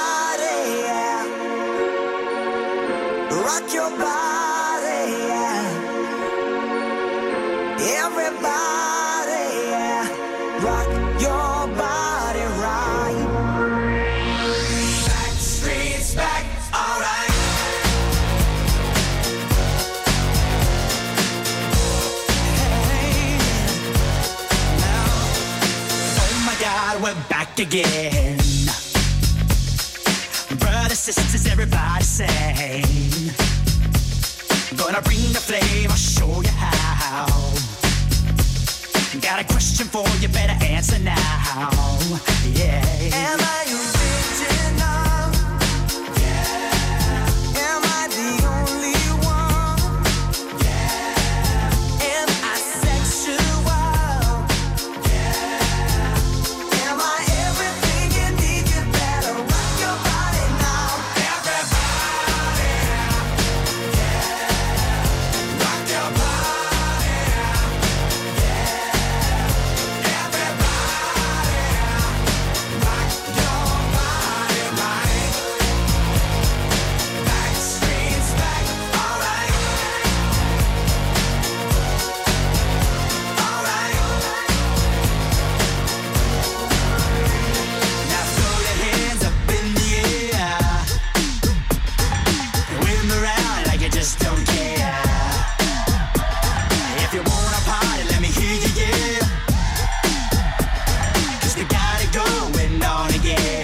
Rock your body, yeah. Everybody, yeah. Rock your body right. Back streets back, alright. Hey, now, oh my God, we're back again. Brothers, sisters, everybody sing. Go When I bring the flame, I'll show you how. Got a question for you, better answer now. Yeah. Am I original? Yeah. Am I the only one? Yeah. Am I sexual? Yeah. Am I everything you need? You better rock your body now. Everybody, yeah. Rock your body, yeah. Everybody, rock your body right. Backstreet's back, alright. Alright. Now throw your hands up in the air. Wave 'em around like you just don't care. If you wanna party, let me hear you, yeah. 'Cause we got it going on again.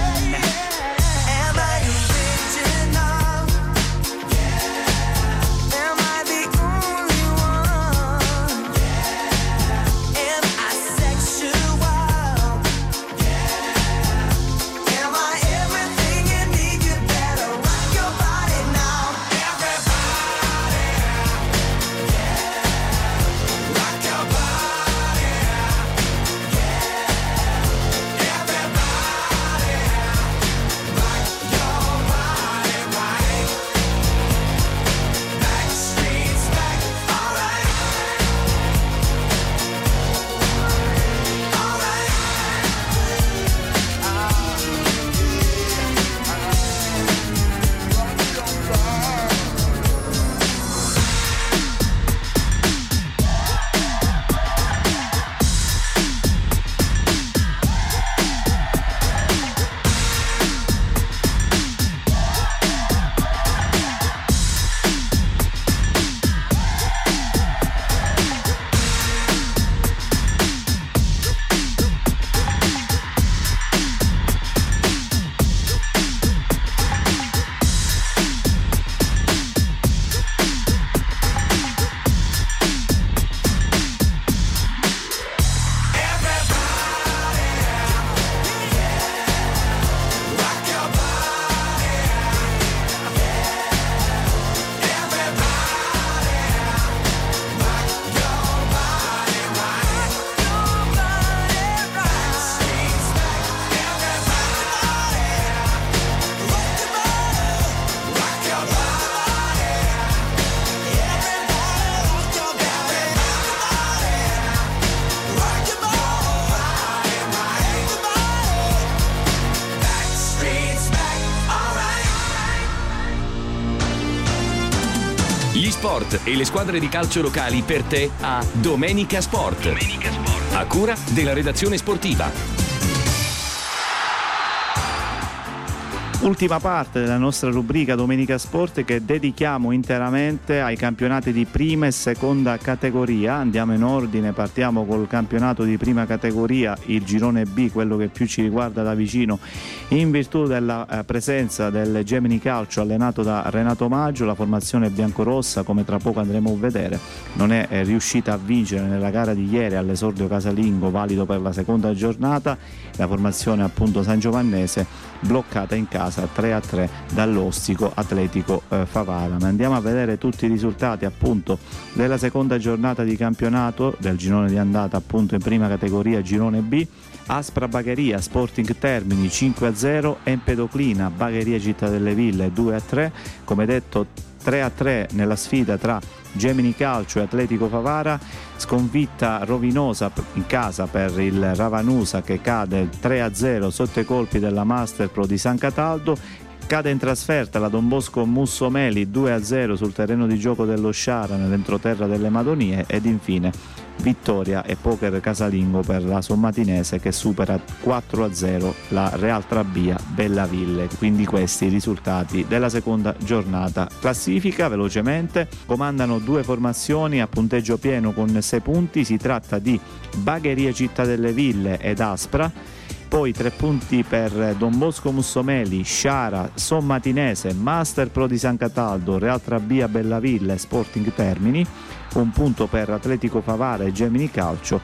Am I original? Yeah. Am I the only one? Yeah. Am I sexual? Yeah. Am I everything you need? You better rock your body now. Everybody, yeah. Rock your body, yeah. Everybody, rock your body right. Backstreet's back, alright. Alright. Gli sport e le squadre di calcio locali per te a Domenica Sport. A cura della redazione sportiva. Ultima parte della nostra rubrica Domenica Sport che dedichiamo interamente ai campionati di prima e seconda categoria. Andiamo in ordine, partiamo col campionato di prima categoria, il girone B, quello che più ci riguarda da vicino, in virtù della presenza del Gemini Calcio allenato da Renato Maggio. La formazione biancorossa, come tra poco andremo a vedere, non è riuscita a vincere nella gara di ieri all'esordio casalingo valido per la seconda giornata. La formazione appunto sangiovannese bloccata in casa 3-3 dall'Ostico Atletico Favara. Ma andiamo a vedere tutti i risultati appunto della seconda giornata di campionato del girone di andata appunto in prima categoria girone B. Aspra Bagheria Sporting Termini 5-0, Empedoclina Bagheria Città delle Ville 2-3, come detto 3-3 nella sfida tra Gemini Calcio e Atletico Favara. Sconfitta rovinosa in casa per il Ravanusa che cade 3-0 sotto i colpi della Masterpro di San Cataldo. Cade in trasferta la Don Bosco Mussomeli 2-0 sul terreno di gioco dello Sciara nell'entroterra delle Madonie. Ed infine vittoria e poker casalingo per la Sommatinese che supera 4-0 la Real Trabia Bellaville. Quindi questi i risultati della seconda giornata. Classifica velocemente: comandano due formazioni a punteggio pieno con 6 punti, si tratta di Bagheria Città delle Ville ed Aspra. poi 3 punti per Don Bosco Mussomeli, Sciara, Sommatinese, Master Pro di San Cataldo, Real Trabia Bellavilla e Sporting Termini, 1 punto per Atletico Favara e Gemini Calcio,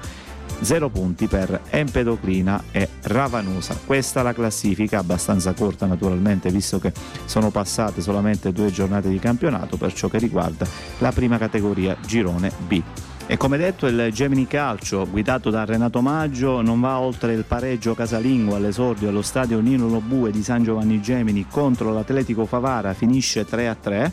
0 punti per Empedoclina e Ravanusa. Questa è la classifica, abbastanza corta naturalmente, visto che sono passate solamente 2 giornate di campionato per ciò che riguarda la prima categoria girone B. E come detto, il Gemini Calcio, guidato da Renato Maggio, non va oltre il pareggio casalingo all'esordio allo stadio Nino Lobue di San Giovanni Gemini contro l'Atletico Favara, finisce 3-3.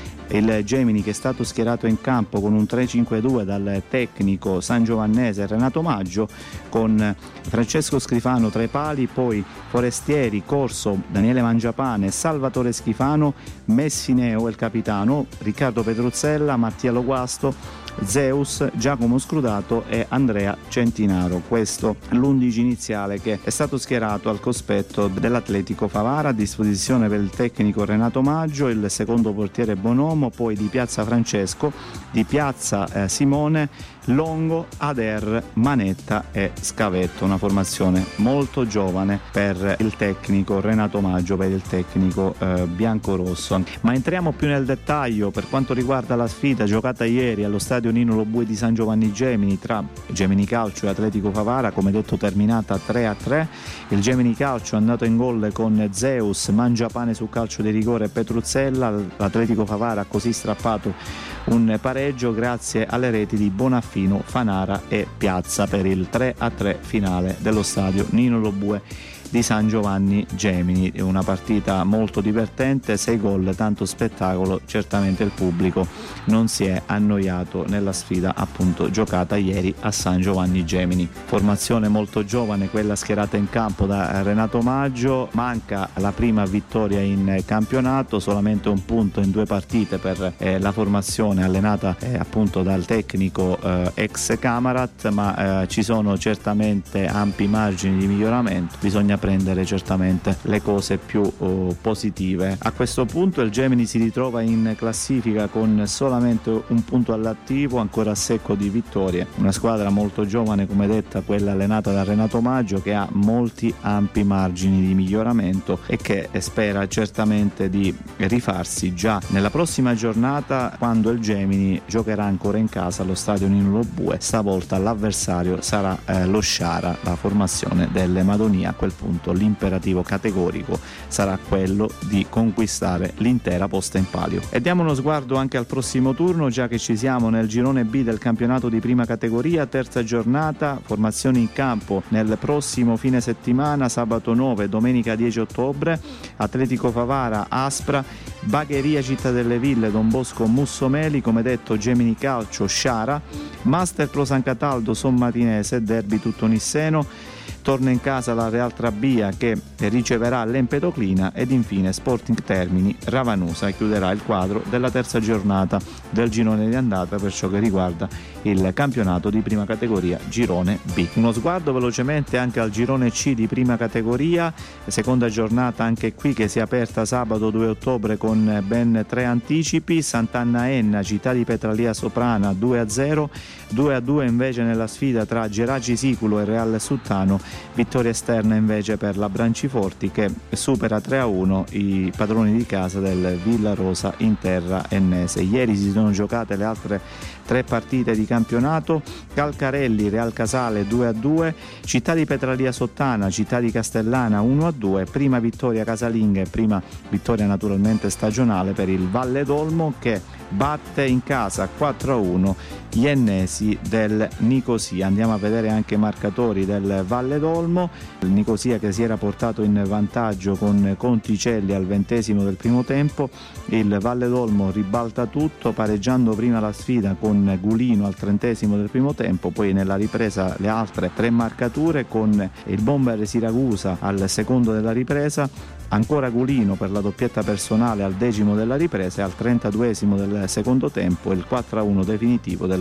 Il Gemini, che è stato schierato in campo con un 3-5-2 dal tecnico sangiovannese Renato Maggio, con Francesco Scrifano tra i pali, poi Forestieri, Corso, Daniele Mangiapane, Salvatore Schifano, Messineo il capitano, Riccardo Petruzzella, Mattia Loguasto, Zeus, Giacomo Scrudato e Andrea Centinaro. Questo l'11 iniziale che è stato schierato al cospetto dell'Atletico Favara, a disposizione per il tecnico Renato Maggio, il secondo portiere Bonomo, poi di piazza Francesco, di piazza Simone, Longo, Ader, Manetta e Scavetto. Una formazione molto giovane per il tecnico Renato Maggio, per il tecnico biancorosso. Ma entriamo più nel dettaglio per quanto riguarda la sfida giocata ieri allo stadio Nino Lobue di San Giovanni Gemini tra Gemini Calcio e Atletico Favara, come detto terminata 3-3. Il Gemini Calcio è andato in gol con Zeus, Mangiapane su calcio di rigore e Petruzzella. L'Atletico Favara ha così strappato un pareggio grazie alle reti di Bonafino, Fanara e Piazza per il 3-3 finale dello stadio Nino Lobue di San Giovanni Gemini. Una partita molto divertente, 6 gol, tanto spettacolo, certamente il pubblico non si è annoiato nella sfida appunto giocata ieri a San Giovanni Gemini. Formazione molto giovane quella schierata in campo da Renato Maggio, manca la prima vittoria in campionato, solamente 1 punto in 2 partite per la formazione allenata appunto dal tecnico ex Camarat, ma ci sono certamente ampi margini di miglioramento, bisogna prendere certamente le cose più positive. A questo punto il Gemini si ritrova in classifica con solamente 1 punto all'attivo, ancora a secco di vittorie. Una squadra molto giovane, come detta, quella allenata da Renato Maggio, che ha molti ampi margini di miglioramento e che spera certamente di rifarsi già nella prossima giornata, quando il Gemini giocherà ancora in casa allo stadio Nino Lobue. Stavolta l'avversario sarà lo Sciara, la formazione delle Madonia. A quel punto l'imperativo categorico sarà quello di conquistare l'intera posta in palio. E diamo uno sguardo anche al prossimo turno, già che ci siamo nel girone B del campionato di prima categoria, terza giornata, formazioni in campo nel prossimo fine settimana, sabato 9, domenica 10 ottobre, Atletico Favara, Aspra, Bagheria Città delle Ville, Don Bosco Mussomeli, come detto Gemini Calcio, Sciara, Master Pro San Cataldo, Sommatinese, derby tutto nisseno, torna in casa la Real Trabia che riceverà l'Empedoclina ed infine Sporting Termini, Ravanusa, e chiuderà il quadro della terza giornata del girone di andata per ciò che riguarda il campionato di prima categoria girone B. Uno sguardo velocemente anche al girone C di prima categoria, seconda giornata anche qui che si è aperta sabato 2 ottobre con ben 3 anticipi. Sant'Anna Enna, Città di Petralia Soprana 2-0, 2-2 invece nella sfida tra Geraci Siculo e Real Suttano, vittoria esterna invece per la Branciforti che supera 3-1 i padroni di casa del Villarosa in terra ennese. Ieri si sono giocate le altre 3 partite di campionato: Calcarelli Real Casale 2-2, Città di Petralia Sottana Città di Castellana 1-2, prima vittoria casalinga e prima vittoria naturalmente stagionale per il Valle d'Olmo che batte in casa 4-1 gli ennesi del Nicosia. Andiamo a vedere anche i marcatori del Valle d'Olmo. Il Nicosia che si era portato in vantaggio con Conticelli al 20° del primo tempo, il Valle d'Olmo ribalta tutto pareggiando prima la sfida con Gulino al 30° del primo tempo, poi nella ripresa le altre 3 marcature con il Bomber Siracusa al secondo della ripresa, ancora Gulino per la doppietta personale al 10° della ripresa e al 32° del secondo tempo il 4-1 definitivo del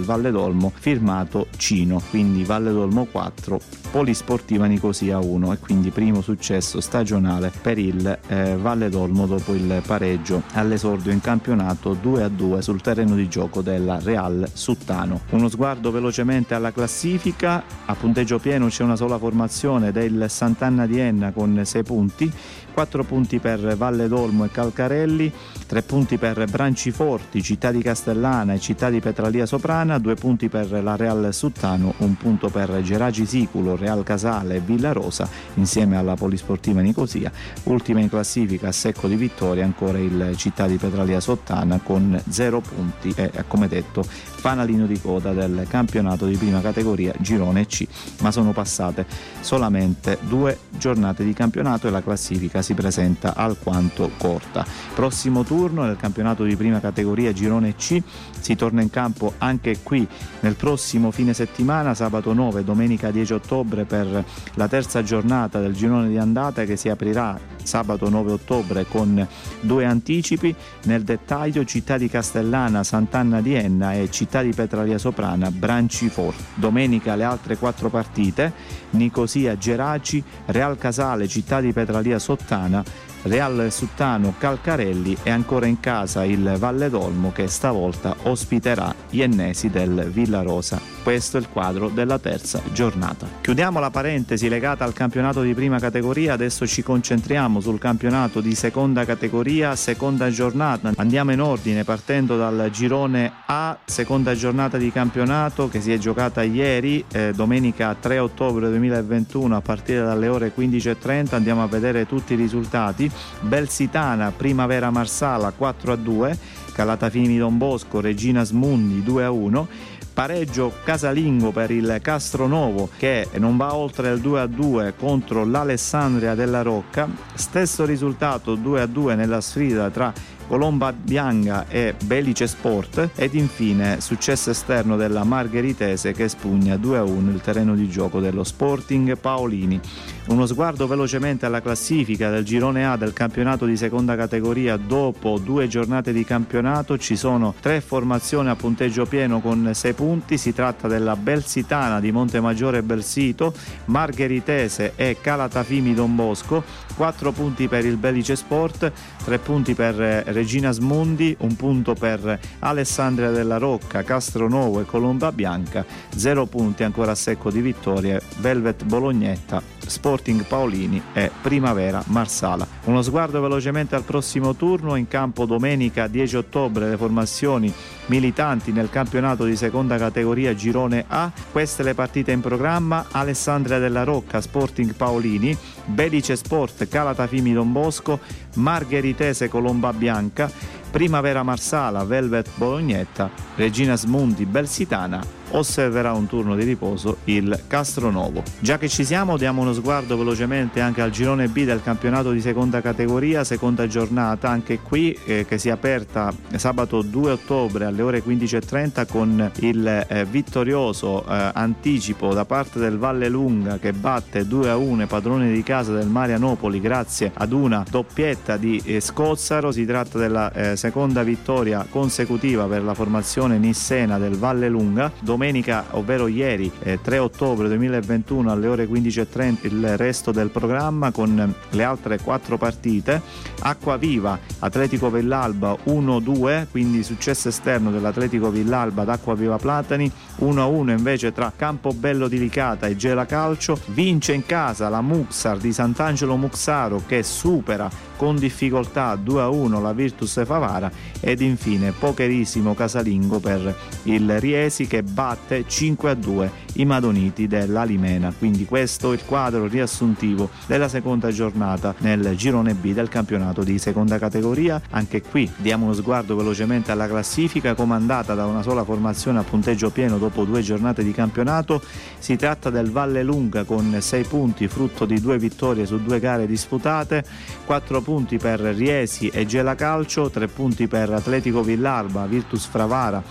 Valle d'Olmo firmato Cino, quindi Valle d'Olmo 4, Polisportiva Nicosia 1, e quindi primo successo stagionale per il Valle d'Olmo dopo il pareggio all'esordio in campionato 2-2 sul terreno di gioco della Real Suttano. Uno sguardo velocemente alla classifica: a punteggio pieno c'è una sola formazione del Sant'Anna di Enna con 6 punti, 4 punti per Valle d'Olmo e Calcarelli, 3 punti per Branciforti, Città di Castellana e Città di Petralia Soprana, 2 punti per la Real Suttano, 1 punto per Geraci Siculo, Real Casale e Villarosa insieme alla Polisportiva Nicosia. Ultima in classifica a secco di vittoria ancora il Città di Petralia Sottana con 0 punti e, come detto, fanalino di coda del campionato di prima categoria Girone C, ma sono passate solamente 2 giornate di campionato e la classifica si presenta alquanto corta. Prossimo turno nel campionato di prima categoria Girone C, si torna in campo anche qui nel prossimo fine settimana, sabato 9 domenica 10 ottobre, per la terza giornata del girone di andata che si aprirà sabato 9 ottobre con 2 anticipi. Nel dettaglio Città di Castellana, Sant'Anna di Enna e Città di Petralia Soprana, Branciforte. Domenica le altre 4 partite: Nicosia Geraci, Real Casale, Città di Petralia Sottana, Real Suttano Calcarelli e ancora in casa il Valle d'Olmo che stavolta ospiterà gli ennesi del Villarosa. Questo è il quadro della terza giornata. Chiudiamo la parentesi legata al campionato di prima categoria, adesso ci concentriamo sul campionato di seconda categoria, seconda giornata. Andiamo in ordine partendo dal girone A, seconda giornata di campionato che si è giocata ieri, domenica 3 ottobre 2021 a partire dalle ore 15:30. Andiamo a vedere tutti i risultati. Belsitana Primavera Marsala 4-2, Calatafimi Don Bosco Regina Smundi 2-1, pareggio casalingo per il Castronovo che non va oltre il 2-2 contro l'Alessandria della Rocca, stesso risultato 2-2 nella sfida tra Colomba Bianca e Belice Sport, ed infine successo esterno della Margheritese che spugna 2-1 il terreno di gioco dello Sporting Paolini. Uno sguardo velocemente alla classifica del girone A del campionato di seconda categoria. Dopo 2 giornate di campionato ci sono 3 formazioni a punteggio pieno con 6 punti. Si tratta della Belsitana di Montemaggiore e Belsito, Margheritese e Calatafimi Don Bosco, 4 punti per il Belice Sport, 3 punti per Regina Smundi, 1 punto per Alessandria della Rocca, Castronovo e Colomba Bianca, 0 punti ancora a secco di vittorie Velvet Bolognetta, Sporting Paolini e Primavera Marsala. Uno sguardo velocemente al prossimo turno. In campo domenica 10 ottobre le formazioni militanti nel campionato di seconda categoria girone A. Queste le partite in programma: Alessandria della Rocca Sporting Paolini, Belice Sport Calatafimi Don Bosco, Margheritese Colomba Bianca, Primavera Marsala Velvet Bolognetta, Regina Smundi Belsitana. Osserverà un turno di riposo il Castronovo. Già che ci siamo, diamo uno sguardo velocemente anche al girone B del campionato di seconda categoria, seconda giornata anche qui che si è aperta sabato 2 ottobre alle ore 15:30 con il vittorioso anticipo da parte del Valle Lunga che batte 2-1 padrone di casa del Marianopoli grazie ad una doppietta di Scozzaro. Si tratta della seconda vittoria consecutiva per la formazione nissena del Valle Lunga. Domenica, ovvero ieri, 3 ottobre 2021 alle ore 15:30 il resto del programma con le altre 4 partite. Acquaviva Atletico Villalba 1-2, quindi successo esterno dell'Atletico Villalba ad Acquaviva Platani. 1-1 invece tra Campobello di Licata e Gela Calcio. Vince in casa la Muxar di Sant'Angelo Muxaro che supera con difficoltà 2-1 la Virtus Favara, ed infine pocherissimo casalingo per il Riesi che batte 5-2 i Madoniti dell'Alimena. Quindi questo è il quadro riassuntivo della seconda giornata nel girone B del campionato di seconda categoria. Anche qui diamo uno sguardo velocemente alla classifica comandata da una sola formazione a punteggio pieno dopo 2 giornate di campionato. Si tratta del Valle Lunga con 6 punti frutto di 2 vittorie su 2 gare disputate, 4 punti per Riesi e Gela Calcio, 3 punti per Atletico Villalba, Virtus Favara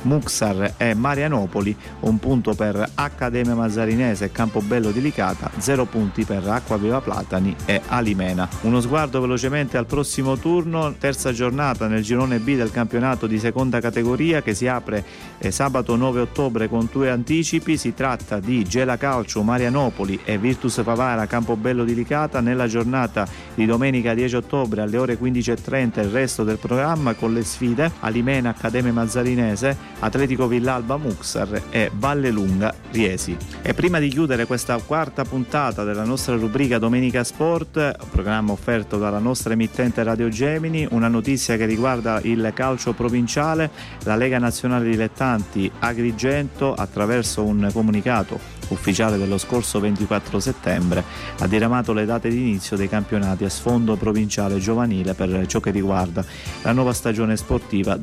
Muxar e Marianopoli, 1 punto per Accademia Mazzarinese e Campobello di Licata, 0 punti per Acquaviva Platani e Alimena. Uno sguardo velocemente al prossimo turno, terza giornata nel girone B del campionato di seconda categoria che si apre sabato 9 ottobre con 2 anticipi. Si tratta di Gela Calcio Marianopoli e Virtus Favara Campobello di Licata. Nella giornata di domenica 10 ottobre alle ore 15:30 il resto del programma con le sfide Alimena Accademia Mazzarinese, Atletico Villalba Muxar e Vallelunga Riesi. E prima di chiudere questa quarta puntata della nostra rubrica Domenica Sport, programma offerto dalla nostra emittente Radio Gemini, una notizia che riguarda il calcio provinciale. La Lega Nazionale Dilettanti Agrigento, attraverso un comunicato ufficiale dello scorso 24 settembre, ha diramato le date di inizio dei campionati a sfondo provinciale giovanile per ciò che riguarda la nuova stagione sportiva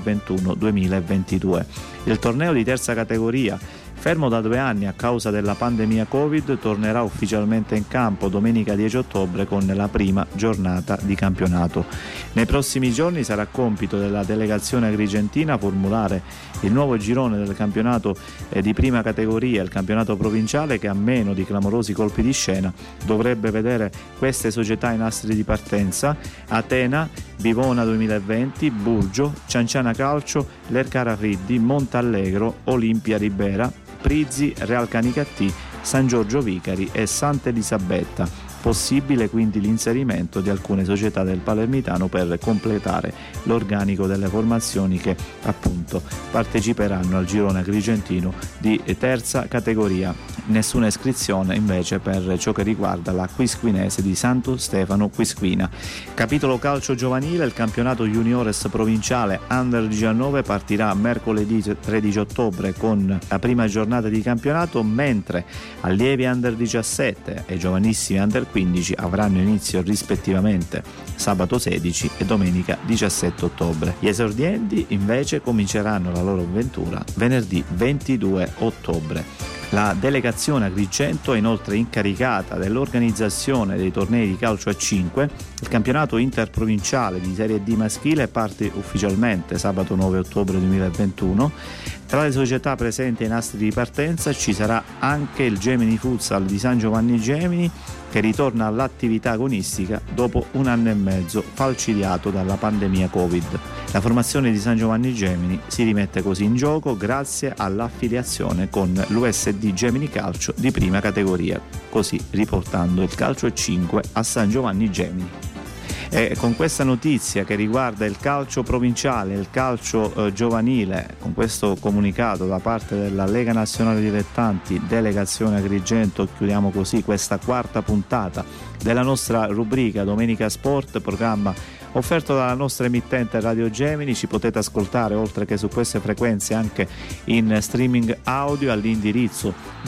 2021-2022. Il torneo di terza categoria, fermo da 2 anni a causa della pandemia Covid, tornerà ufficialmente in campo domenica 10 ottobre con la prima giornata di campionato. Nei prossimi giorni sarà compito della delegazione agrigentina formulare il nuovo girone del campionato di prima categoria, il campionato provinciale, che a meno di clamorosi colpi di scena dovrebbe vedere queste società in astri di partenza: Atena, Bivona 2020, Burgio, Cianciana Calcio, Lercara Friddi, Montallegro, Olimpia Ribera, Prizzi, Real Canicattì, San Giorgio Vicari e Sant'Elisabetta. Possibile quindi l'inserimento di alcune società del Palermitano per completare l'organico delle formazioni che appunto parteciperanno al girone agrigentino di terza categoria. Nessuna iscrizione invece per ciò che riguarda la Quisquinese di Santo Stefano Quisquina. Capitolo calcio giovanile, il campionato juniores provinciale Under 19 partirà mercoledì 13 ottobre con la prima giornata di campionato, mentre allievi Under 17 e giovanissimi Under 15 avranno inizio rispettivamente sabato 16 e domenica 17 ottobre. Gli esordienti invece cominceranno la loro avventura venerdì 22 ottobre. La delegazione Agrigento è inoltre incaricata dell'organizzazione dei tornei di calcio a 5. Il campionato interprovinciale di Serie D maschile parte ufficialmente sabato 9 ottobre 2021. Tra le società presenti ai nastri di partenza ci sarà anche il Gemini Futsal di San Giovanni Gemini, che ritorna all'attività agonistica dopo 1 anno e mezzo falcidiato dalla pandemia Covid. La formazione di San Giovanni Gemini si rimette così in gioco grazie all'affiliazione con l'USD Gemini Calcio di prima categoria, così riportando il calcio a 5 a San Giovanni Gemini. E con questa notizia che riguarda il calcio provinciale e il calcio giovanile, con questo comunicato da parte della Lega Nazionale Dilettanti Delegazione Agrigento, chiudiamo così questa quarta puntata della nostra rubrica Domenica Sport, programma offerto dalla nostra emittente Radio Gemini. Ci potete ascoltare oltre che su queste frequenze anche in streaming audio all'indirizzo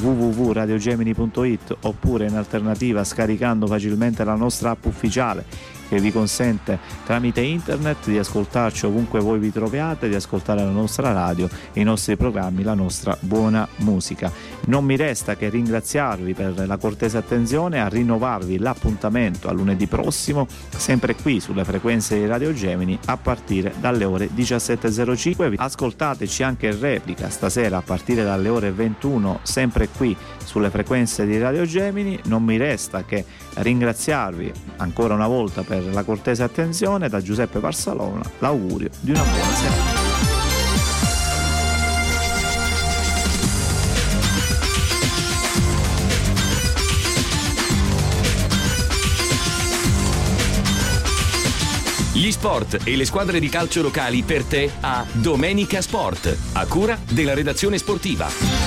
www.radiogemini.it, oppure in alternativa scaricando facilmente la nostra app ufficiale che vi consente tramite internet di ascoltarci ovunque voi vi troviate, di ascoltare la nostra radio, i nostri programmi, la nostra buona musica. Non mi resta che ringraziarvi per la cortese attenzione, a rinnovarvi l'appuntamento a lunedì prossimo, sempre qui sulle frequenze di Radio Gemini a partire dalle ore 17.05. Ascoltateci anche in replica stasera a partire dalle ore 21, sempre qui sulle frequenze di Radio Gemini. Non mi resta che ringraziarvi ancora una volta per la cortese attenzione. Da Giuseppe Barsalona l'augurio di una buona serata. Gli sport e le squadre di calcio locali per te a Domenica Sport, a cura della redazione sportiva.